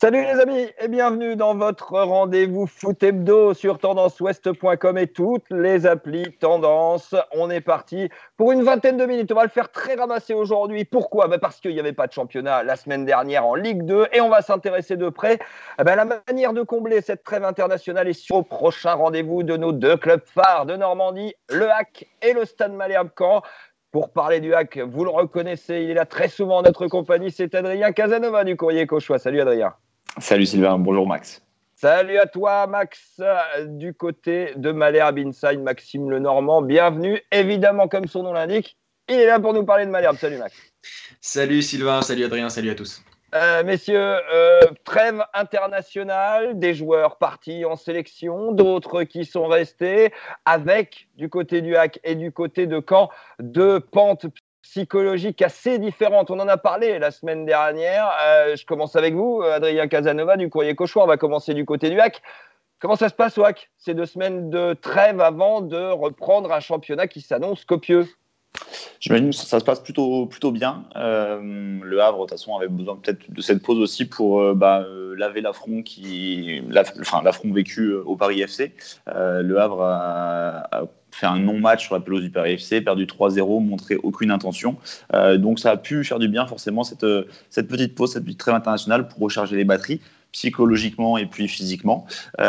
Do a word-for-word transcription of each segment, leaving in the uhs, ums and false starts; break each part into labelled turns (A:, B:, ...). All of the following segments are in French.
A: Salut les amis et bienvenue dans votre rendez-vous foot hebdo sur tendance ouest point com et toutes les applis Tendance. On est parti pour une vingtaine de minutes. On va le faire très ramasser aujourd'hui. Pourquoi ? Ben parce qu'il n'y avait pas de championnat la semaine dernière en Ligue deux et on va s'intéresser de près à ben la manière de combler cette trêve internationale et sur au prochain rendez-vous de nos deux clubs phares de Normandie, le H A C et le Stade Malherbe Caen. Pour parler du H A C, vous le reconnaissez, il est là très souvent en notre compagnie, c'est Adrien Casanova du Courrier Cauchois. Salut Adrien.
B: Salut Sylvain, bonjour Max.
A: Salut à toi Max, du côté de Malherbe Inside, Maxime Lenormand, bienvenue. Évidemment, comme son nom l'indique, il est là pour nous parler de Malherbe. Salut Max.
C: Salut Sylvain, salut Adrien, salut à tous.
A: Euh, messieurs, euh, trêve internationale, des joueurs partis en sélection, d'autres qui sont restés, avec du côté du H A C et du côté de Caen, deux pentes psychologiques assez différentes. On en a parlé la semaine dernière. Euh, je commence avec vous, Adrien Casanova du Courrier Cauchois. On va commencer du côté du H A C. Comment ça se passe au H A C, ces deux semaines de trêve avant de reprendre un championnat qui s'annonce copieux?
B: J'imagine que ça se passe plutôt, plutôt bien. Euh, le Havre, de toute façon, avait besoin peut-être de cette pause aussi pour euh, bah, euh, laver l'affront, qui, la, enfin, l'affront vécu au Paris F C. Euh, le Havre a, a fait un non-match sur la pelouse du Paris F C, perdu trois zéro, montré aucune intention. Euh, donc ça a pu faire du bien forcément cette, cette petite pause, cette petite trêve internationale pour recharger les batteries, psychologiquement et puis physiquement.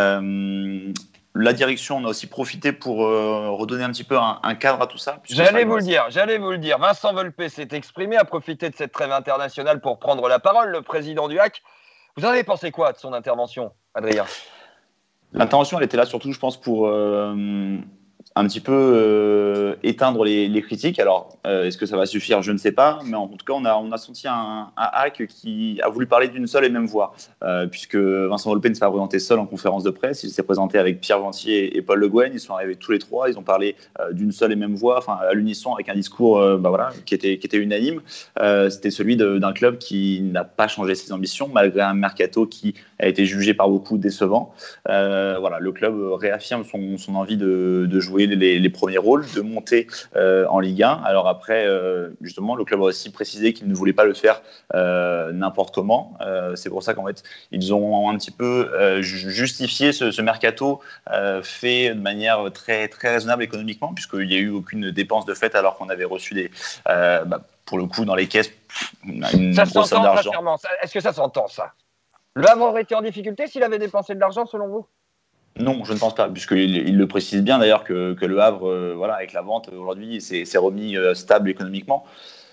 B: Euh, La direction, on a aussi profité pour euh, redonner un petit peu un, un cadre à tout ça.
A: J'allais vous le dire, j'allais vous le dire. Vincent Volpe s'est exprimé, a profité de cette trêve internationale pour prendre la parole, le président du H A C. Vous en avez pensé quoi de son intervention, Adrien ?
B: L'intervention, elle était là surtout, je pense, pour euh, un petit peu euh, éteindre les, les critiques. Alors, euh, est-ce que ça va suffire ? Je ne sais pas. Mais en tout cas, on a, on a senti un, un H A C qui a voulu parler d'une seule et même voix. Euh, puisque Vincent Volpe ne s'est pas présenté seul en conférence de presse. Il s'est présenté avec Pierre Ventier et Paul Le Guen. Ils sont arrivés tous les trois. Ils ont parlé euh, d'une seule et même voix, enfin, à l'unisson, avec un discours euh, bah, voilà, qui, était, qui était unanime. Euh, c'était celui de, d'un club qui n'a pas changé ses ambitions, malgré un mercato qui a été jugé par beaucoup décevant. Euh, voilà, le club réaffirme son, son envie de, de jouer Les, les premiers rôles, de monter euh, en Ligue un. Alors après, euh, justement, le club a aussi précisé qu'il ne voulait pas le faire euh, n'importe comment. Euh, c'est pour ça qu'en fait, ils ont un petit peu euh, justifié ce, ce mercato euh, fait de manière très, très raisonnable économiquement, puisqu'il n'y a eu aucune dépense de fait alors qu'on avait reçu des, euh, bah, pour le coup, dans les caisses, une, une
A: ça
B: grosse somme
A: s'entend,
B: d'argent.
A: ça, est-ce que ça s'entend, ça ? Le Havre aurait été en difficulté s'il avait dépensé de l'argent, selon vous ?
B: Non, je ne pense pas, puisqu'il il le précise bien d'ailleurs que, que le Havre, euh, voilà, avec la vente aujourd'hui, c'est, c'est remis euh, stable économiquement.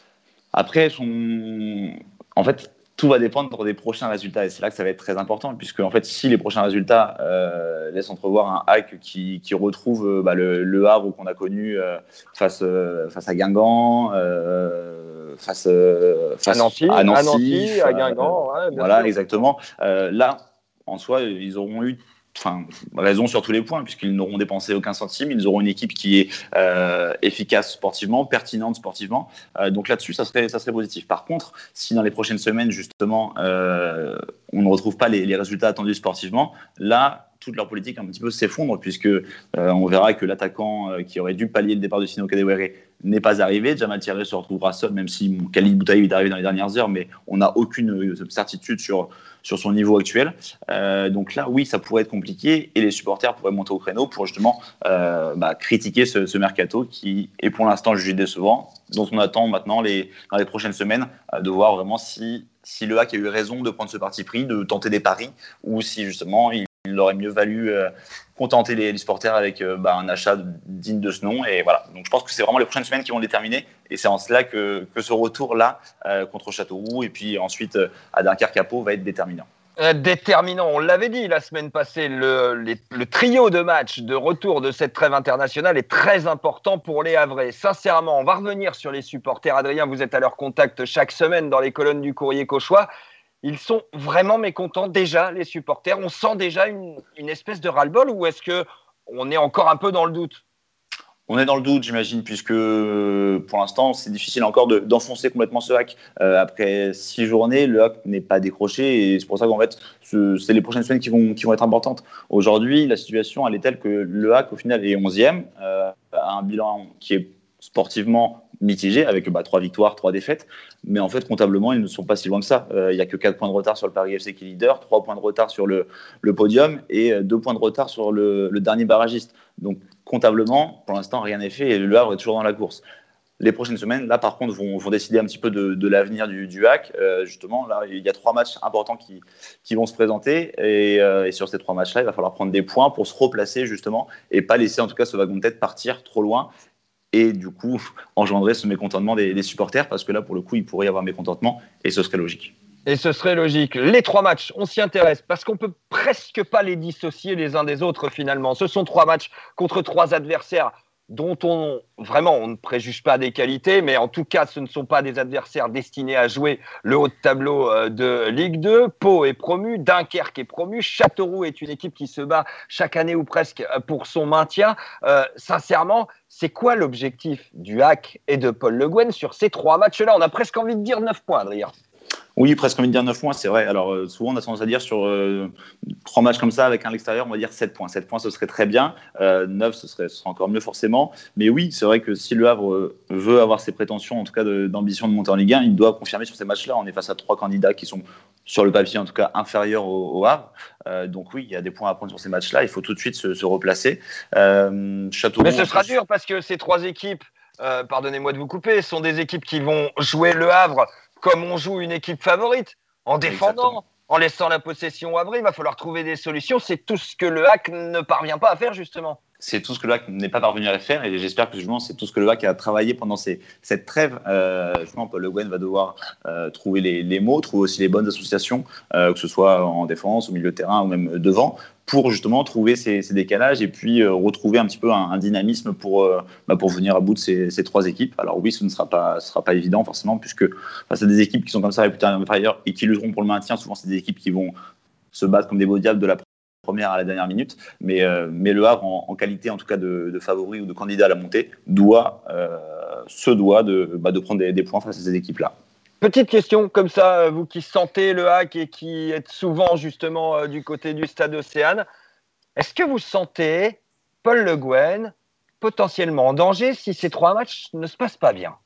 B: Après, son... en fait, tout va dépendre des prochains résultats, et c'est là que ça va être très important, puisque en fait, si les prochains résultats euh, laissent entrevoir un H A C qui, qui retrouve euh, bah, le, le Havre qu'on a connu euh, face, euh, face à Guingamp, euh, face, euh, face
A: à Nancy,
B: à, Nancy,
A: à, Nancy, à Guingamp, ouais, bien
B: voilà,
A: sûr.
B: exactement. Euh, là, en soi, ils auront eu Enfin, raison sur tous les points, puisqu'ils n'auront dépensé aucun centime. Ils auront une équipe qui est euh, efficace sportivement, pertinente sportivement. Euh, donc là-dessus, ça serait, ça serait positif. Par contre, si dans les prochaines semaines, justement, euh, on ne retrouve pas les, les résultats attendus sportivement, là, toute leur politique un petit peu s'effondre, puisque euh, on verra que l'attaquant euh, qui aurait dû pallier le départ de Sino Kadewere n'est pas arrivé. Jamal Thierry se retrouvera seul, même si bon, Khalid Boutaïb est arrivé dans les dernières heures, mais on n'a aucune certitude sur, sur son niveau actuel. Euh, donc là, oui, ça pourrait être compliqué, et les supporters pourraient monter au créneau pour justement euh, bah, critiquer ce, ce mercato qui est pour l'instant jugé décevant, dont on attend maintenant les, dans les prochaines semaines euh, de voir vraiment si, si le H A C a eu raison de prendre ce parti pris, de tenter des paris, ou si justement il il aurait mieux valu euh, contenter les, les supporters avec euh, bah, un achat digne de ce nom. Et voilà. Donc je pense que c'est vraiment les prochaines semaines qui vont le déterminer. Et c'est en cela que, que ce retour-là euh, contre Châteauroux et puis ensuite euh, à Dunkerque-Pau va être déterminant.
A: Euh, déterminant, on l'avait dit la semaine passée, le, les, le trio de matchs de retour de cette trêve internationale est très important pour les Havrais. Sincèrement, on va revenir sur les supporters. Adrien, vous êtes à leur contact chaque semaine dans les colonnes du Courrier Cauchois. Ils sont vraiment mécontents déjà, les supporters. On sent déjà une, une espèce de ras-le-bol, ou est-ce qu'on est encore un peu dans le doute ?
B: On est dans le doute, j'imagine, puisque pour l'instant, c'est difficile encore de, d'enfoncer complètement ce H A C. Euh, après six journées, le H A C n'est pas décroché, et c'est pour ça qu'en fait, ce, c'est les prochaines semaines qui vont, qui vont être importantes. Aujourd'hui, la situation, elle est telle que le H A C, au final, est onzième, euh, a un bilan qui est sportivement mitigé avec bah, trois victoires, trois défaites. Mais en fait, comptablement, ils ne sont pas si loin que ça. Euh, il n'y a que quatre points de retard sur le Paris F C qui est leader, trois points de retard sur le, le podium et deux points de retard sur le, le dernier barragiste. Donc, comptablement, pour l'instant, rien n'est fait et Le Havre est toujours dans la course. Les prochaines semaines, là, par contre, vont, vont décider un petit peu de, de l'avenir du, du H A C. Euh, justement, là, il y a trois matchs importants qui, qui vont se présenter. Et, euh, et sur ces trois matchs-là, il va falloir prendre des points pour se replacer, justement, et pas laisser, en tout cas, ce wagon de tête partir trop loin. Et du coup, engendrer ce mécontentement des, des supporters, parce que là, pour le coup, il pourrait y avoir mécontentement, et ce serait logique.
A: Et ce serait logique. Les trois matchs, on s'y intéresse, parce qu'on ne peut presque pas les dissocier les uns des autres, finalement. Ce sont trois matchs contre trois adversaires dont on, vraiment, on ne préjuge pas des qualités, mais en tout cas, ce ne sont pas des adversaires destinés à jouer le haut de tableau de Ligue deux. Pau est promu, Dunkerque est promu, Châteauroux est une équipe qui se bat chaque année ou presque pour son maintien. Euh, sincèrement, c'est quoi l'objectif du H A C et de Paul Le Guen sur ces trois matchs-là? On a presque envie de dire neuf points, Adrien.
B: Oui, presque envie de dire neuf points, c'est vrai. Alors, euh, souvent, on a tendance à dire sur euh, trois matchs comme ça, avec un à l'extérieur, on va dire sept points. sept points, ce serait très bien. Euh, neuf, ce serait, ce serait encore mieux, forcément. Mais oui, c'est vrai que si Le Havre euh, veut avoir ses prétentions, en tout cas de, d'ambition de monter en Ligue un, il doit confirmer sur ces matchs-là. On est face à trois candidats qui sont, sur le papier, en tout cas, inférieurs au, au Havre. Euh, donc oui, il y a des points à prendre sur ces matchs-là. Il faut tout de suite se, se replacer. Euh, Châteauroux,
A: Mais ce sera dur, parce que ces trois équipes, euh, pardonnez-moi de vous couper, sont des équipes qui vont jouer Le Havre comme on joue une équipe favorite. En défendant, exactement, en laissant la possession au Havre, il va falloir trouver des solutions. C'est tout ce que le H A C ne parvient pas à faire, justement.
B: C'est tout ce que le H A C n'est pas parvenu à faire et j'espère que justement c'est tout ce que le H A C a travaillé pendant ces, cette trêve. Euh, justement, Paul Le Guen va devoir euh, trouver les, les mots, trouver aussi les bonnes associations, euh, que ce soit en défense, au milieu de terrain ou même devant, pour justement trouver ces, ces décalages et puis euh, retrouver un petit peu un, un dynamisme pour, euh, bah, pour venir à bout de ces, ces trois équipes. Alors oui, ce ne sera pas, ce sera pas évident forcément, puisque face à des équipes qui sont comme ça réputées inférieures et qui lutteront pour le maintien, souvent c'est des équipes qui vont se battre comme des beaux diables de la première à la dernière minute, mais, euh, mais Le Havre, en, en qualité en tout cas de, de favori ou de candidat à la montée, doit, euh, se doit de, bah, de prendre des, des points face à ces équipes-là.
A: Petite question comme ça, vous qui sentez le H A C et qui êtes souvent justement euh, du côté du stade Océane, est-ce que vous sentez Paul Le Guen potentiellement en danger si ces trois matchs ne se passent pas bien?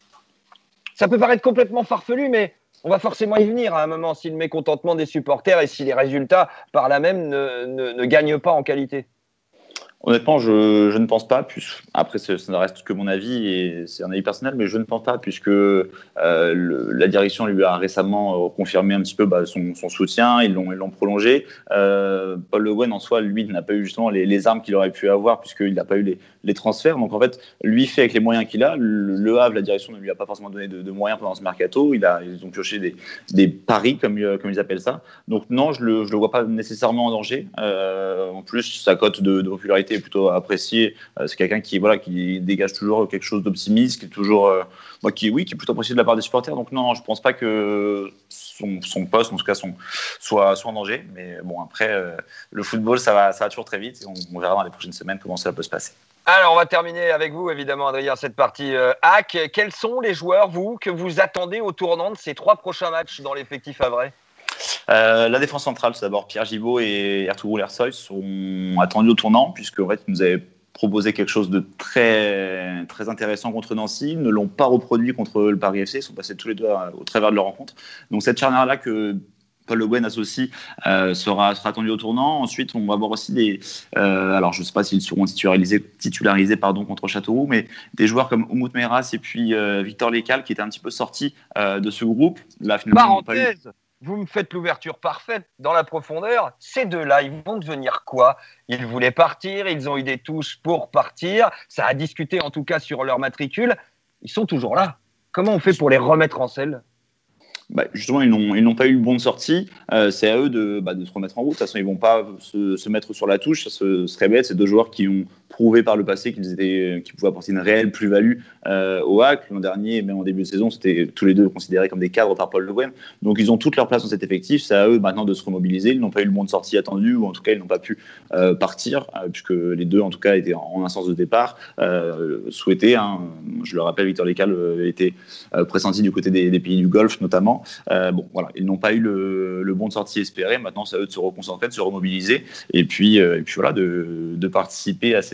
A: Ça peut paraître complètement farfelu, mais on va forcément y venir à un moment si le mécontentement des supporters et si les résultats par là même ne, ne, ne gagnent pas en qualité.
B: Honnêtement, je, je ne pense pas. Puis, après, ça ne reste que mon avis et c'est un avis personnel, mais je ne pense pas puisque euh, le, la direction lui a récemment confirmé un petit peu bah, son, son soutien. Ils l'ont, ils l'ont prolongé. Euh, Paul Le Guen, en soi, lui, n'a pas eu justement les, les armes qu'il aurait pu avoir puisqu'il n'a pas eu les, les transferts. Donc, en fait, lui fait avec les moyens qu'il a. Le, le Havre, la direction ne lui a pas forcément donné de, de moyens pendant ce mercato. Il a, ils ont pioché des, des paris, comme, comme ils appellent ça. Donc, non, je ne le, je le vois pas nécessairement en danger. Euh, en plus, sa cote de, de popularité est plutôt apprécié. Euh, c'est quelqu'un qui, voilà, qui dégage toujours quelque chose d'optimiste, qui est toujours, euh, bah, qui, oui, qui est plutôt apprécié de la part des supporters. Donc non, je ne pense pas que son, son poste, en tout cas, son, soit, soit en danger. Mais bon, après, euh, le football, ça va, ça va toujours très vite et on, on verra dans les prochaines semaines comment ça peut se passer.
A: Alors, on va terminer avec vous, évidemment, Adrien, cette partie euh, H A C. Quels sont les joueurs, vous, que vous attendez au tournant de ces trois prochains matchs dans l'effectif havrais?
B: Euh, la défense centrale, c'est d'abord Pierre Gibaud et Ertugrul Ersoy sont attendus au tournant, puisque en fait, ils nous avaient proposé quelque chose de très, très intéressant contre Nancy. Ils ne l'ont pas reproduit contre le Paris F C. Ils sont passés tous les deux à, au travers de leur rencontre. Donc cette charnière-là que Paul Le Guen associe euh, sera, sera attendu au tournant. Ensuite, on va voir aussi des... Euh, alors, je ne sais pas s'ils seront titularisés, titularisés pardon, contre Châteauroux, mais des joueurs comme Oumout Meras et puis euh, Victor Lécal qui étaient un petit peu sortis euh, de ce groupe. Là, finalement,
A: Parenthèse, vous me faites l'ouverture parfaite dans la profondeur. Ces deux-là, ils vont devenir quoi? Ils voulaient partir, ils ont eu des touches pour partir. Ça a discuté en tout cas sur leur matricule. Ils sont toujours là. Comment on fait pour les remettre en selle?
B: Bah, justement, ils n'ont, ils n'ont pas eu le bon de sortie. Euh, c'est à eux de, bah, de se remettre en route. De toute façon, ils ne vont pas se, se mettre sur la touche. Ça se, serait bête. C'est deux joueurs qui ont prouvé par le passé qu'ils, étaient, qu'ils pouvaient apporter une réelle plus-value euh, au H A C. L'an dernier, même en début de saison, c'était tous les deux considérés comme des cadres par Paul Le Guen. Donc, ils ont toute leur place dans cet effectif. C'est à eux maintenant de se remobiliser. Ils n'ont pas eu le bon de sortie attendu, ou en tout cas, ils n'ont pas pu euh, partir, euh, puisque les deux, en tout cas, étaient en, en instance de départ, euh, souhaités. Hein. Je le rappelle, Victor Lécal euh, était euh, pressenti du côté des, des pays du Golfe, notamment. Euh, bon, voilà, ils n'ont pas eu le, le bon de sortie espéré. Maintenant, c'est à eux de se reconcentrer, de se remobiliser, et puis, euh, et puis voilà, de, de participer à cette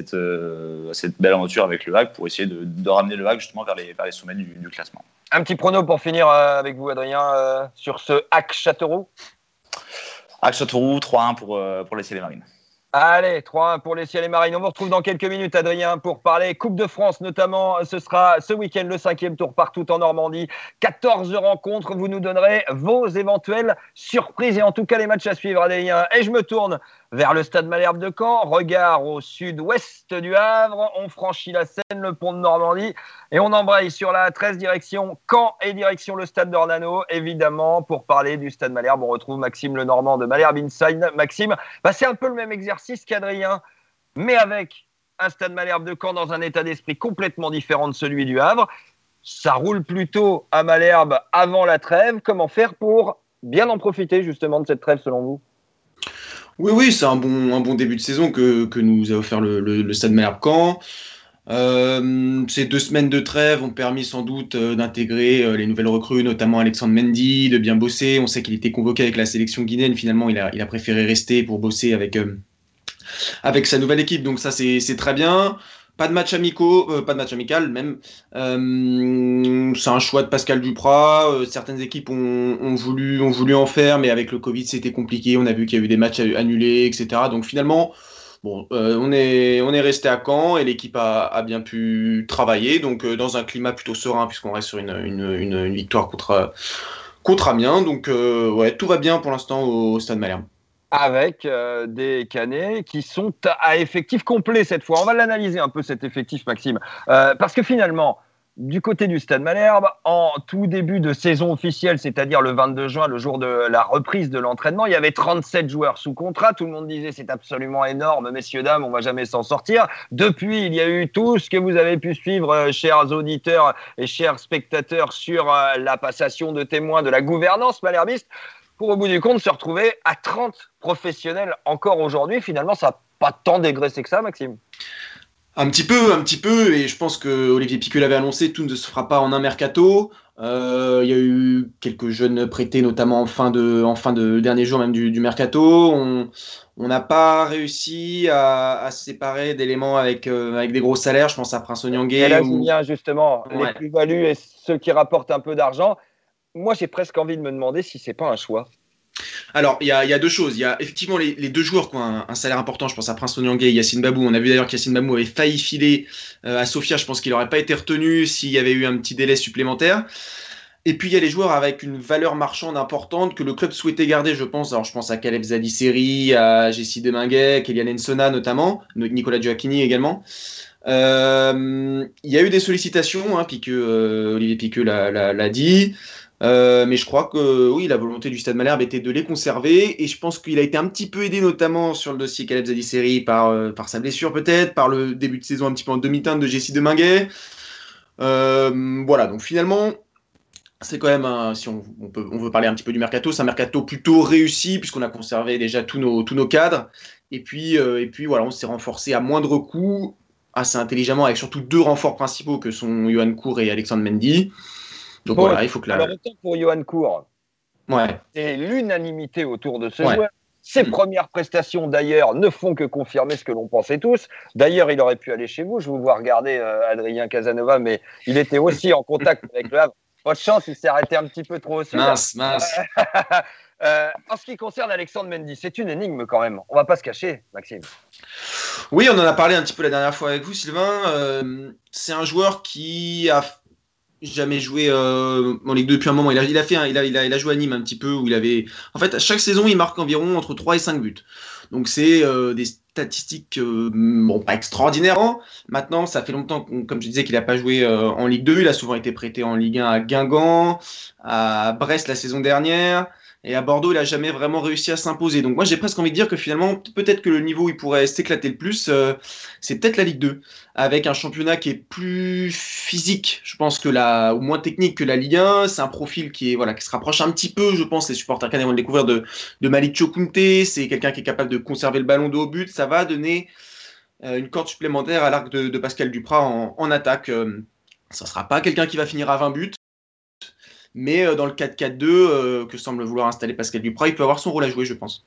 B: cette, euh, cette belle aventure avec le H A C pour essayer de, de ramener le H A C justement vers les, vers les sommets du, du classement.
A: Un petit prono pour finir euh, avec vous, Adrien, euh, sur ce H A C Châteauroux.
B: H A C Châteauroux, trois un pour, euh, pour les Ciels et Marines.
A: Allez, trois un pour les Ciels et Marines. On vous retrouve dans quelques minutes, Adrien, pour parler Coupe de France notamment. Ce sera ce week-end le cinquième tour partout en Normandie. quatorze rencontres, vous nous donnerez vos éventuelles surprises et en tout cas les matchs à suivre, Adrien. Et je me tourne vers le stade Malherbe de Caen. Regard au sud-ouest du Havre. On franchit la Seine, le pont de Normandie et on embraye sur la A treize direction Caen et direction le stade d'Ornano. Évidemment, pour parler du stade Malherbe, on retrouve Maxime Lenormand de Malherbe Inside. Maxime, bah c'est un peu le même exercice qu'Adrien, mais avec un stade Malherbe de Caen dans un état d'esprit complètement différent de celui du Havre. Ça roule plutôt à Malherbe avant la trêve. Comment faire pour bien en profiter justement de cette trêve selon vous ?
C: Oui, oui, c'est un bon, un bon début de saison que, que nous a offert le, le, le stade Malherbe-Caen. Euh, ces deux semaines de trêve ont permis sans doute euh, d'intégrer euh, les nouvelles recrues, notamment Alexandre Mendy, de bien bosser. On sait qu'il était convoqué avec la sélection guinéenne. Finalement, il a, il a préféré rester pour bosser avec... Euh, avec sa nouvelle équipe, donc ça c'est, c'est très bien. Pas de match amicaux, euh, pas de match amical même. Euh, c'est un choix de Pascal Duprat. Euh, certaines équipes ont, ont, voulu, ont voulu en faire, mais avec le Covid c'était compliqué. On a vu qu'il y a eu des matchs annulés, et cetera. Donc finalement, bon, euh, on est, on est resté à Caen et l'équipe a, a bien pu travailler. Donc euh, dans un climat plutôt serein puisqu'on reste sur une, une, une, une victoire contre, contre Amiens. Donc euh, ouais, tout va bien pour l'instant au, au Stade Malherbe.
A: Avec euh, des Canets qui sont à effectif complet cette fois. On va l'analyser un peu cet effectif, Maxime. Euh, parce que finalement, du côté du Stade Malherbe, en tout début de saison officielle, c'est-à-dire le vingt-deux juin, le jour de la reprise de l'entraînement, il y avait trente-sept joueurs sous contrat. Tout le monde disait c'est absolument énorme, messieurs, dames, on va jamais s'en sortir. Depuis, il y a eu tout ce que vous avez pu suivre, euh, chers auditeurs et chers spectateurs, sur euh, la passation de témoins de la gouvernance malherbiste, pour au bout du compte se retrouver à trente professionnels encore aujourd'hui. Finalement, ça n'a pas tant dégraissé que ça, Maxime.
C: Un petit peu, un petit peu, et je pense que Olivier Piqueux l'avait annoncé, tout ne se fera pas en un mercato. Euh, il y a eu quelques jeunes prêtés, notamment en fin de, en fin de dernier jour même du, du mercato. On n'a pas réussi à, à se séparer d'éléments avec, euh, avec des gros salaires. Je pense à Prince Onyangé.
A: Et là,
C: ou...
A: Julien, justement,
C: ouais.
A: les plus-values et ceux qui rapportent un peu d'argent. Moi, j'ai presque envie de me demander si c'est pas un choix.
C: Alors, il y a, y a deux choses. Il y a effectivement les, les deux joueurs qui ont un, un salaire important. Je pense à Prince Onyangé et Yacine Babou. On a vu d'ailleurs qu'Yacine Babou avait failli filer euh, à Sofia. Je pense qu'il n'aurait pas été retenu s'il y avait eu un petit délai supplémentaire. Et puis il y a les joueurs avec une valeur marchande importante que le club souhaitait garder, je pense. Alors je pense à Caleb Zadisseri, à Jessie Deminguet, Kélian Ensona notamment, Nicolas Gioacchini également. Euh, il y a eu des sollicitations, hein, Piqueux, euh, Olivier Piqueux l'a, l'a, l'a dit. Euh, mais je crois que oui, la volonté du Stade Malherbe était de les conserver et je pense qu'il a été un petit peu aidé notamment sur le dossier Caleb Zadisseri par, euh, par sa blessure peut-être, par le début de saison un petit peu en demi-teinte de Jessie Deminguet. Euh, voilà, donc finalement c'est quand même un, si on, on, peut, on veut parler un petit peu du mercato, c'est un mercato plutôt réussi puisqu'on a conservé déjà tous nos, tous nos cadres et puis, euh, et puis voilà, on s'est renforcé à moindre coût assez intelligemment avec surtout deux renforts principaux que sont Yohan Cour et Alexandre Mendy. Donc bon, voilà, il faut que la...
A: Alors autant pour Yohan Cour,
C: ouais.
A: c'est l'unanimité autour de ce
C: ouais.
A: joueur. Ses
C: mmh.
A: premières prestations d'ailleurs ne font que confirmer ce que l'on pensait tous. D'ailleurs, il aurait pu aller chez vous. Je vous vois regarder euh, Adrien Casanova, mais il était aussi en contact avec le Havre. Votre chance, il s'est arrêté un petit peu trop au sud.
C: Mince, mince.
A: euh, en ce qui concerne Alexandre Mendy, c'est une énigme quand même. On ne va pas se cacher, Maxime.
C: Oui, on en a parlé un petit peu la dernière fois avec vous, Sylvain. Euh, c'est un joueur qui a jamais joué euh, en Ligue deux depuis un moment. Il a, il a fait, un, il a, il a, il a joué à Nîmes un petit peu où il avait. En fait, à chaque saison, il marque environ entre trois et cinq buts. Donc c'est euh, des statistiques euh, bon pas extraordinaires. Maintenant, ça fait longtemps, comme je disais, qu'il n'a pas joué euh, en Ligue deux. Il a souvent été prêté en Ligue un à Guingamp, à Brest la saison dernière. Et à Bordeaux, il n'a jamais vraiment réussi à s'imposer. Donc moi, j'ai presque envie de dire que finalement, peut-être que le niveau où il pourrait s'éclater le plus, euh, c'est peut-être la Ligue deux, avec un championnat qui est plus physique, je pense, que la, ou moins technique que la Ligue un. C'est un profil qui, est, voilà, qui se rapproche un petit peu, je pense, les supporters canadiens vont le découvrir, de, de Malik Chokunte. C'est quelqu'un qui est capable de conserver le ballon de haut but. Ça va donner euh, une corde supplémentaire à l'arc de, de Pascal Duprat en, en attaque. Euh, ça ne sera pas quelqu'un qui va finir à vingt buts. Mais dans le quatre quatre deux euh, que semble vouloir installer Pascal Duprat, il peut avoir son rôle à jouer, je pense.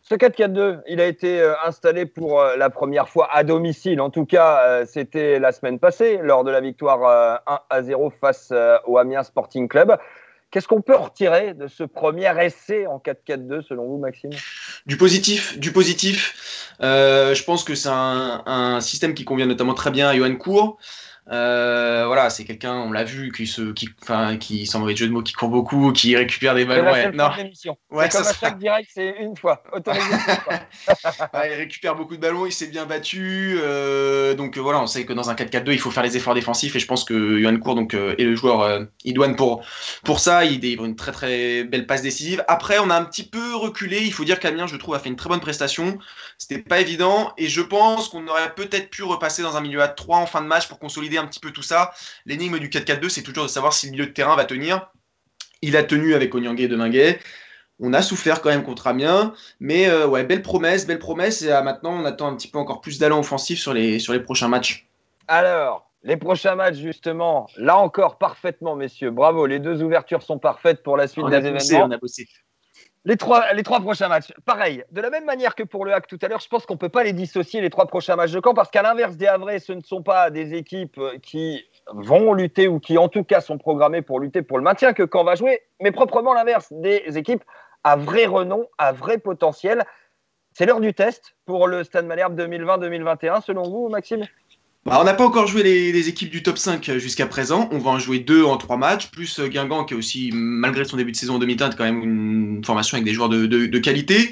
A: Ce quatre quatre deux, il a été euh, installé pour euh, la première fois à domicile. En tout cas, euh, c'était la semaine passée, lors de la victoire euh, un à zéro face euh, au Amiens Sporting Club. Qu'est-ce qu'on peut retirer de ce premier essai en quatre quatre deux, selon vous, Maxime ?
C: Du positif, du positif. Euh, je pense que c'est un, un système qui convient notamment très bien à Yoann Cour. Euh, voilà, c'est quelqu'un, on l'a vu, qui se, qui, enfin, qui sans mauvais jeu de mots, qui court beaucoup, qui récupère des ballons.
A: C'est la
C: Ouais,
A: seule
C: non.
A: fois de l'émission.
C: Ouais,
A: c'est comme
C: ça
A: à chaque
C: sera...
A: direct, c'est une fois. Autorisé une fois.
C: Ouais, il récupère beaucoup de ballons, il s'est bien battu. Euh, donc euh, voilà, on sait que dans un quatre quatre deux, il faut faire les efforts défensifs et je pense que Yoann Cour donc euh, est le joueur euh, idoine pour pour ça. Il délivre une très très belle passe décisive. Après, on a un petit peu reculé. Il faut dire qu'Amiens, je trouve, a fait une très bonne prestation. C'était pas évident et je pense qu'on aurait peut-être pu repasser dans un milieu à trois en fin de match pour consolider un petit peu tout ça. L'énigme du quatre quatre deux, c'est toujours de savoir si le milieu de terrain va tenir. Il a tenu avec Onyangé et Deminguet. On a souffert quand même contre Amiens, mais euh, ouais, belle promesse, belle promesse. Et euh, maintenant, on attend un petit peu encore plus d'allant offensif sur les, sur les prochains matchs.
A: Alors, les prochains matchs, justement, là encore, parfaitement, messieurs. Bravo, les deux ouvertures sont parfaites pour la suite
C: on
A: des
C: a bossé,
A: événements.
C: On a bossé.
A: Les trois, les trois prochains matchs, pareil. De la même manière que pour le Hack tout à l'heure, je pense qu'on ne peut pas les dissocier, les trois prochains matchs de Caen, parce qu'à l'inverse des Havrais, ce ne sont pas des équipes qui vont lutter ou qui, en tout cas, sont programmées pour lutter pour le maintien que Caen va jouer, mais proprement l'inverse, des équipes à vrai renom, à vrai potentiel. C'est l'heure du test pour le Stade Malherbe deux mille vingt deux mille vingt et un, selon vous, Maxime ?
C: Bah, on n'a pas encore joué les, les équipes du top cinq jusqu'à présent. On va en jouer deux en trois matchs, plus Guingamp qui est aussi, malgré son début de saison en demi-teinte, quand même une formation avec des joueurs de, de, de qualité.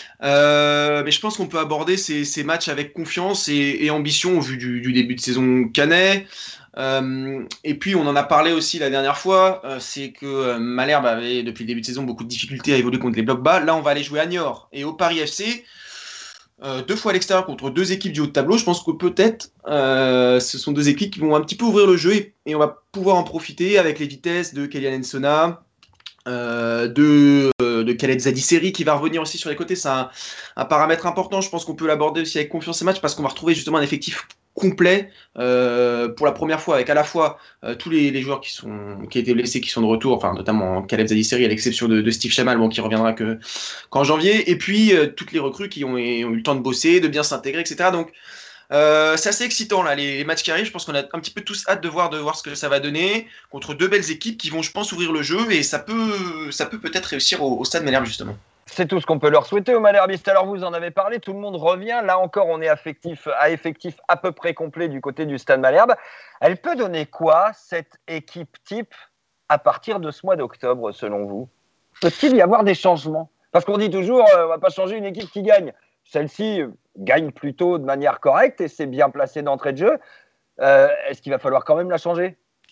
C: Euh, mais je pense qu'on peut aborder ces, ces matchs avec confiance et, et ambition au vu du, du début de saison canet. Euh, et puis on en a parlé aussi la dernière fois, euh, c'est que euh, Malherbe avait depuis le début de saison beaucoup de difficultés à évoluer contre les blocs bas. Là on va aller jouer à Niort et au Paris F C. Euh, deux fois à l'extérieur contre deux équipes du haut de tableau, je pense que peut-être euh, ce sont deux équipes qui vont un petit peu ouvrir le jeu et, et on va pouvoir en profiter avec les vitesses de Kylian Nsona, euh, de, euh, de Khaled Zadisseri qui va revenir aussi sur les côtés. C'est un, un paramètre important, je pense qu'on peut l'aborder aussi avec confiance ces matchs parce qu'on va retrouver justement un effectif complet euh, pour la première fois avec à la fois euh, tous les, les joueurs qui sont qui étaient blessés qui sont de retour, enfin notamment Khaled Zadisseri à l'exception de, de Steve Chamal bon, qui reviendra que qu'en janvier, et puis euh, toutes les recrues qui ont, ont eu le temps de bosser, de bien s'intégrer, et cetera. Donc euh, c'est assez excitant là les, les matchs qui arrivent. Je pense qu'on a un petit peu tous hâte de voir de voir ce que ça va donner contre deux belles équipes qui vont, je pense, ouvrir le jeu et ça peut ça peut peut-être réussir au, au Stade Malherbe justement.
A: C'est tout ce qu'on peut leur souhaiter aux Malherbistes. Alors vous en avez parlé, tout le monde revient. Là encore, on est affectif, à effectif à peu près complet du côté du Stade Malherbe. Elle peut donner quoi, cette équipe type, à partir de ce mois d'octobre, selon vous ? Peut-il y avoir des changements ? Parce qu'on dit toujours, euh, on ne va pas changer une équipe qui gagne. Celle-ci euh, gagne plutôt de manière correcte et c'est bien placé d'entrée de jeu. Euh, est-ce qu'il va falloir quand même la changer ?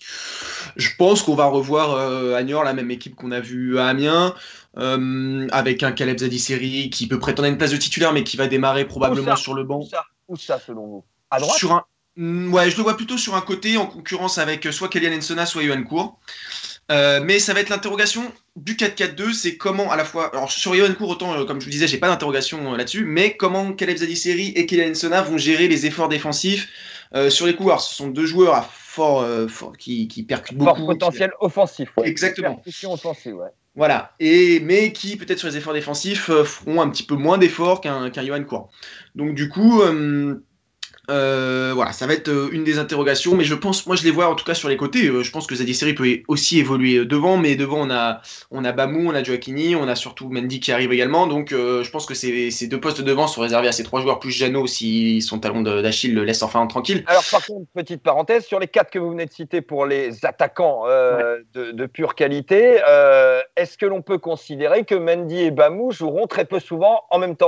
C: Je pense qu'on va revoir euh, à Niort la même équipe qu'on a vue à Amiens, euh, avec un Khaled Zadisseri qui peut prétendre à une place de titulaire, mais qui va démarrer probablement sur le banc.
A: Où ça, Où ça, selon vous ? À droite ?
C: Sur un... Ouais, je le vois plutôt sur un côté, en concurrence avec soit Kylian Nsona, soit Yoann Cour. Euh, mais ça va être l'interrogation du quatre quatre deux, c'est comment à la fois... Alors sur Yoann Cour, autant, euh, comme je vous disais, j'ai pas d'interrogation euh, là-dessus, mais comment Khaled Zadisseri et Kylian Nsona vont gérer les efforts défensifs euh, sur les couloirs. Ce sont deux joueurs à fort, euh, fort qui, qui percutent beaucoup.
A: Fort potentiel qui... offensif. Ouais.
C: Exactement.
A: Percussion offensive, ouais.
C: Voilà, et, mais qui peut-être sur les efforts défensifs euh, feront un petit peu moins d'efforts qu'un, qu'un Yoann Cour. Donc du coup... Euh, Euh, voilà, ça va être euh, une des interrogations, mais je pense, moi je les vois en tout cas sur les côtés. Euh, je pense que Zadisseri peut aussi évoluer devant, mais devant on a, on a Bamou, on a Joaquini, on a surtout Mendy qui arrive également. Donc euh, je pense que ces, ces deux postes devant sont réservés à ces trois joueurs plus Jeannot si son talon d'Achille le laisse enfin tranquille.
A: Alors par contre, petite parenthèse, sur les quatre que vous venez de citer pour les attaquants euh, ouais. de, de pure qualité, euh, est-ce que l'on peut considérer que Mendy et Bamou joueront très peu souvent en même temps ?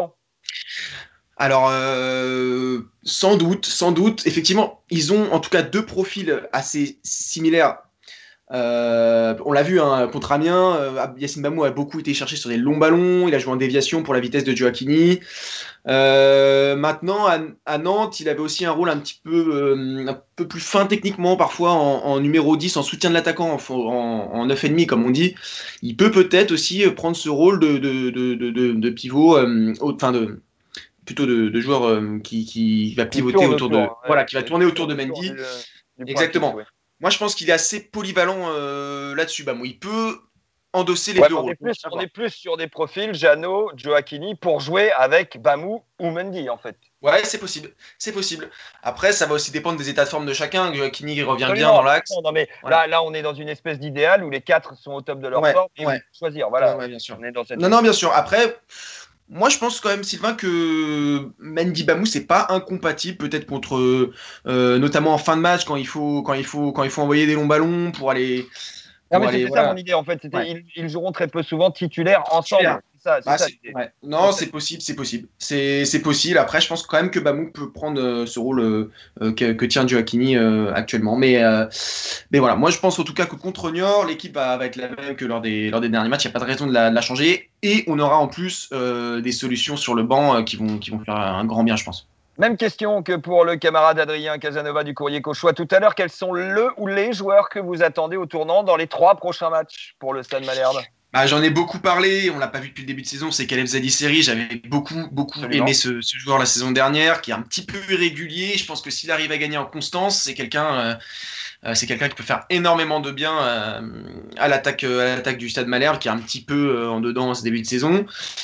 C: Alors, euh, sans doute, sans doute. Effectivement, ils ont en tout cas deux profils assez similaires. Euh, on l'a vu hein, contre Amiens, euh, Yacine Bamou a beaucoup été cherché sur des longs ballons. Il a joué en déviation pour la vitesse de Joaquini. Euh, maintenant, à, à Nantes, il avait aussi un rôle un petit peu, euh, un peu plus fin techniquement, parfois en, en numéro dix, en soutien de l'attaquant, en, en, en neuf virgule cinq comme on dit. Il peut peut-être aussi prendre ce rôle de, de, de, de, de, de pivot, euh, enfin de plutôt de, de joueur euh, qui, qui va pivoter autour de, ouais, voilà, qui va tourner autour de Mendy. Du, du Exactement. Fixe, ouais. Moi, je pense qu'il est assez polyvalent euh, là-dessus. Bah, bon, il peut endosser les
A: Ouais,
C: deux
A: on,
C: rôles.
A: est plus, on est plus sur des profils, Jeannot, Gioacchini, pour jouer avec Bamou ou Mendy, en fait.
C: Ouais, c'est possible. C'est possible. Après, ça va aussi dépendre des états de forme de chacun. Gioacchini revient
A: Absolument,
C: bien dans l'axe.
A: absolument. Non, mais
C: Ouais.
A: là, là, on est dans une espèce d'idéal où les quatre sont au top de leur
C: Ouais,
A: forme et
C: ouais.
A: on peut choisir.
C: Ouais,
A: Voilà,
C: ouais, bien sûr.
A: on est dans cette
C: Non, non, bien sûr. Après, moi, je pense quand même, Sylvain, que Mendy Bamou, c'est pas incompatible, peut-être contre, euh, notamment en fin de match, quand il faut, quand il faut, quand il faut envoyer des longs ballons pour aller,
A: Non,
C: pour
A: mais
C: aller,
A: c'était ça
C: voilà.
A: mon idée, en fait. C'était,
C: Ouais.
A: ils, ils joueront très peu souvent titulaires ensemble.
C: Titulaire.
A: C'est ça, c'est
C: Bah,
A: ça
C: c'est-
A: l'idée.
C: ouais. Non, c'est possible, c'est possible. C'est c'est possible. Après, je pense quand même que Bamou peut prendre euh, ce rôle euh, euh, que, que tient Gioacchini euh, actuellement. Mais, euh, mais voilà, moi je pense en tout cas que contre Niort, l'équipe va, va être la même que lors des, lors des derniers matchs. Il n'y a pas de raison de la, de la changer. Et on aura en plus euh, des solutions sur le banc euh, qui, vont, qui vont faire un grand bien, je pense.
A: Même question que pour le camarade Adrien Casanova du Courrier Cauchois tout à l'heure. Quels sont le ou les joueurs que vous attendez au tournant dans les trois prochains matchs pour le Stade Malherbe?
C: Bah, j'en ai beaucoup parlé, on l'a pas vu depuis le début de saison, c'est Caleb Zadisseri. J'avais beaucoup, beaucoup
A: Absolument.
C: aimé ce, ce joueur la saison dernière, qui est un petit peu irrégulier. Je pense que s'il arrive à gagner en constance, c'est quelqu'un euh, euh, c'est quelqu'un qui peut faire énormément de bien euh, à l'attaque euh, à l'attaque du Stade Malherbe, qui est un petit peu euh, en dedans ce début de saison.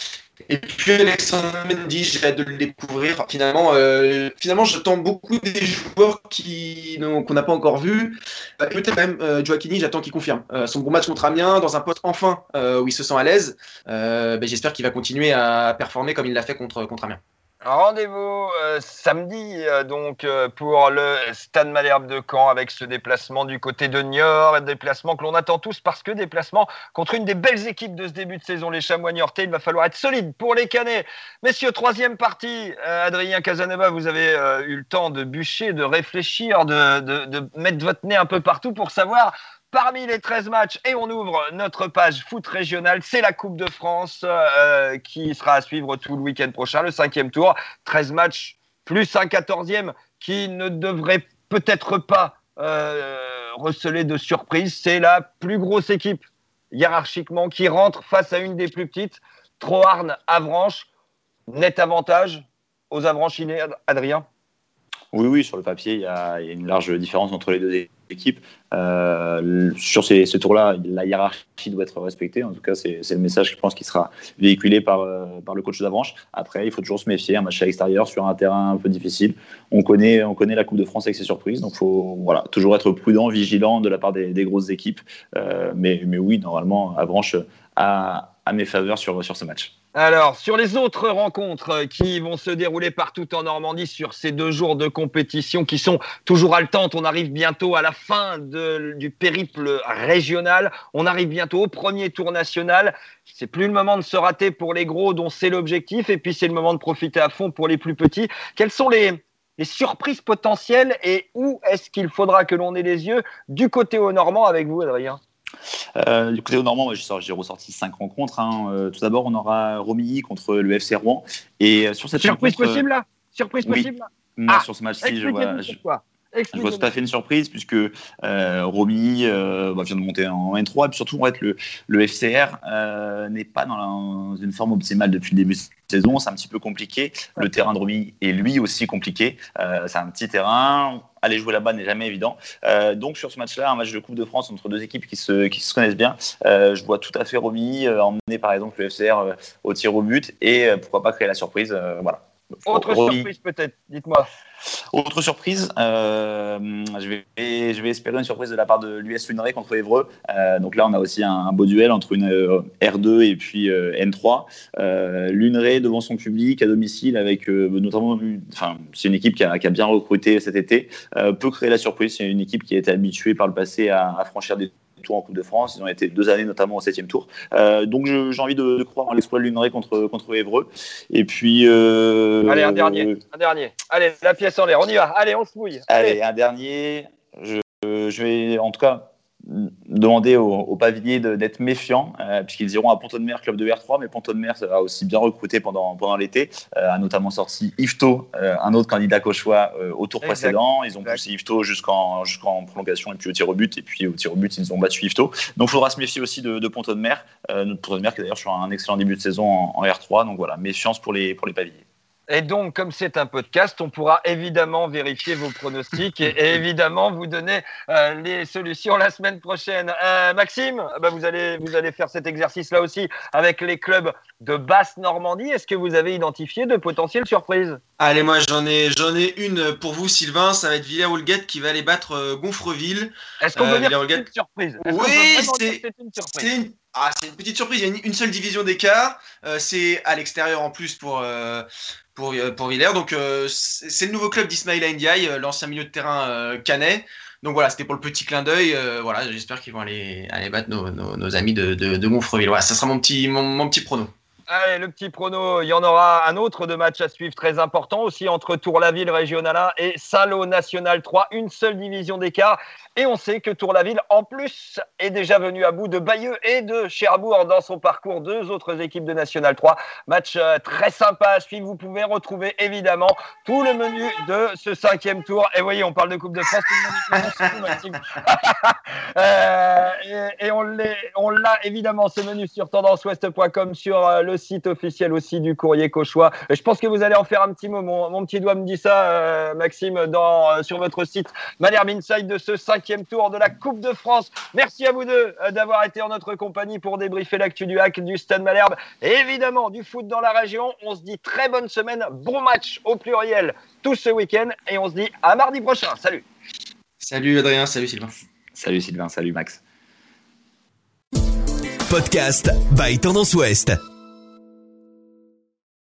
C: Et puis Alexandre Mendy, j'ai hâte de le découvrir. Finalement, euh, finalement, j'attends beaucoup des joueurs qui qu'on n'a pas encore vus. Euh, Peut-être même euh, Gioacchini, j'attends qu'il confirme euh, son bon match contre Amiens dans un poste enfin euh, où il se sent à l'aise. Euh, ben, j'espère qu'il va continuer à performer comme il l'a fait contre contre Amiens.
A: Rendez-vous euh, samedi euh, donc euh, pour le Stade Malherbe de Caen avec ce déplacement du côté de Niort, un déplacement que l'on attend tous parce que déplacement contre une des belles équipes de ce début de saison, les Chamois niortais. Il va falloir être solide pour les Canets. Messieurs, troisième partie, euh, Adrien Casanova, vous avez euh, eu le temps de bûcher, de réfléchir, de, de, de mettre votre nez un peu partout pour savoir parmi les treize matchs, et on ouvre notre page foot régional, c'est la Coupe de France euh, qui sera à suivre tout le week-end prochain, le cinquième tour. treize matchs plus un quatorzième qui ne devrait peut-être pas euh, receler de surprise. C'est la plus grosse équipe hiérarchiquement qui rentre face à une des plus petites, Troarn Avranches. Net avantage aux Avranchinais, Adrien?
B: Oui, oui, sur le papier, il y a, il y a une large différence entre les deux équipes. Euh, sur ces, ce tour-là, la hiérarchie doit être respectée. En tout cas, c'est, c'est le message que je pense qui sera véhiculé par, euh, par le coach d'Avranches. Après, il faut toujours se méfier. Un match à l'extérieur sur un terrain un peu difficile. On connaît, on connaît la Coupe de France avec ses surprises. Donc, il faut voilà, toujours être prudent, vigilant de la part des, des grosses équipes. Euh, mais, mais oui, normalement, Avranches a, a mes faveurs sur, sur ce match.
A: Alors, sur les autres rencontres qui vont se dérouler partout en Normandie sur ces deux jours de compétition qui sont toujours haletantes, on arrive bientôt à la fin de, du périple régional, on arrive bientôt au premier tour national. C'est plus le moment de se rater pour les gros dont c'est l'objectif, et puis c'est le moment de profiter à fond pour les plus petits. Quelles sont les, les surprises potentielles et où est-ce qu'il faudra que l'on ait les yeux du côté au Normand avec vous, Adrien?
B: Euh, du côté au Normand, moi, j'ai ressorti cinq rencontres. Hein. Euh, tout d'abord, on aura Romilly contre le F C Rouen. Et euh, sur cette
A: surprise
B: rencontre,
A: possible là Surprise
B: oui,
A: possible là
B: moi,
A: ah,
B: sur ce match-ci, je vois, je, je vois tout à fait une surprise puisque euh, Romilly euh, bah, vient de monter en N trois. Et puis surtout, en fait, le, le F C R euh, n'est pas dans, la, dans une forme optimale depuis le début de saison. C'est un petit peu compliqué. Le terrain de Romilly est lui aussi compliqué. Euh, c'est un petit terrain. Aller jouer là-bas n'est jamais évident. Euh, donc sur ce match-là, un match de Coupe de France entre deux équipes qui se, qui se connaissent bien, euh, je vois tout à fait Romilly euh, emmener par exemple le F C R euh, au tir au but et euh, pourquoi pas créer la surprise. Euh, voilà.
A: Autre Romilly. Surprise peut-être, dites-moi.
B: Autre surprise, euh, je, vais, je vais espérer une surprise de la part de l'U S Luneray contre Évreux. Euh, donc là, on a aussi un, un beau duel entre une euh, R deux et puis euh, N trois. Euh, Luneray devant son public à domicile avec euh, notamment, enfin, c'est une équipe qui a, qui a bien recruté cet été, euh, peut créer la surprise. C'est une équipe qui a été habituée par le passé à, à franchir des tours en Coupe de France. Ils ont été deux années notamment au septième tour. Euh, donc je, j'ai envie de, de croire en l'exploit de Luneray contre, contre Évreux. Et puis... Euh,
A: Allez, un dernier. Un dernier. Allez, la pièce en l'air. On y va. Allez, on se mouille.
B: Allez, Allez un dernier. Je, je vais en tout cas demander aux, aux pavillers de, d'être méfiants, euh, puisqu'ils iront à Pont-de-Mer, club de R trois, mais Pont-de-Mer a aussi bien recruté pendant, pendant l'été, euh, a notamment sorti Yvetot, euh, un autre candidat cauchois euh, au tour exact. précédent. Ils ont exact. poussé Yvetot jusqu'en, jusqu'en prolongation et puis au tir au but, et puis au tir au but, ils ont battu Yvetot. Donc il faudra se méfier aussi de, de Pont-de-Mer, euh, notre Pont-de-Mer qui est d'ailleurs sur un excellent début de saison en, en R trois, donc voilà, méfiance pour les, pour les pavillers.
A: Et donc, comme c'est un podcast, on pourra évidemment vérifier vos pronostics et, et évidemment vous donner euh, les solutions la semaine prochaine. Euh, Maxime, bah vous, allez, vous allez faire cet exercice-là aussi avec les clubs de Basse-Normandie. Est-ce que vous avez identifié de potentielles surprises ?
C: Allez, moi j'en ai, j'en ai une pour vous, Sylvain. Ça va être Villers-Houlguette qui va aller battre euh, Gonfreville.
A: Est-ce qu'on peut
C: Euh,
A: dire que c'est
C: Villers-Houlguette-
A: une surprise ? Est-ce qu'on
C: Oui,
A: peut vraiment dire
C: c'est,
A: que c'est une surprise.
C: c'est une, ah, c'est une petite surprise. Il y a une, une seule division d'écart. Euh, c'est à l'extérieur en plus pour, euh, pour, euh, pour Villers. Donc euh, c'est, c'est le nouveau club d'Ismaïla Ndiaye, euh, l'ancien milieu de terrain euh, canet. Donc voilà, c'était pour le petit clin d'œil. Euh, voilà, j'espère qu'ils vont aller, aller battre nos, nos, nos amis de, de, de Gonfreville. Voilà, ça sera mon petit, mon, mon petit prono.
A: Allez, le petit prono, il y en aura un autre de match à suivre très important aussi entre Tour-la-Ville Régional un et Saint-Lô National trois, une seule division d'écart. Et on sait que Tour-la-Ville, en plus, est déjà venu à bout de Bayeux et de Cherbourg dans son parcours, deux autres équipes de National trois. Match euh, très sympa à suivre. Vous pouvez retrouver évidemment tout le menu de ce cinquième tour. Et voyez, on parle de Coupe de France, tout le monde est content, surtout Maxime. euh, et, et on, l'est, on l'a évidemment, ce menu sur tendance ouest point com, sur euh, le site officiel aussi du Courrier Cauchois. Et je pense que vous allez en faire un petit mot. Mon, mon petit doigt me dit ça, euh, Maxime, dans, euh, sur votre site Malherbe Inside de ce cinquième tour de la Coupe de France. Merci à vous deux euh, d'avoir été en notre compagnie pour débriefer l'actu du H A C, du Stade Malherbe et évidemment du foot dans la région. On se dit très bonne semaine, bon match au pluriel tout ce week-end et on se dit à mardi prochain. Salut.
C: Salut Adrien, salut Sylvain.
B: Salut Sylvain, salut Max.
D: Podcast by Tendance Ouest.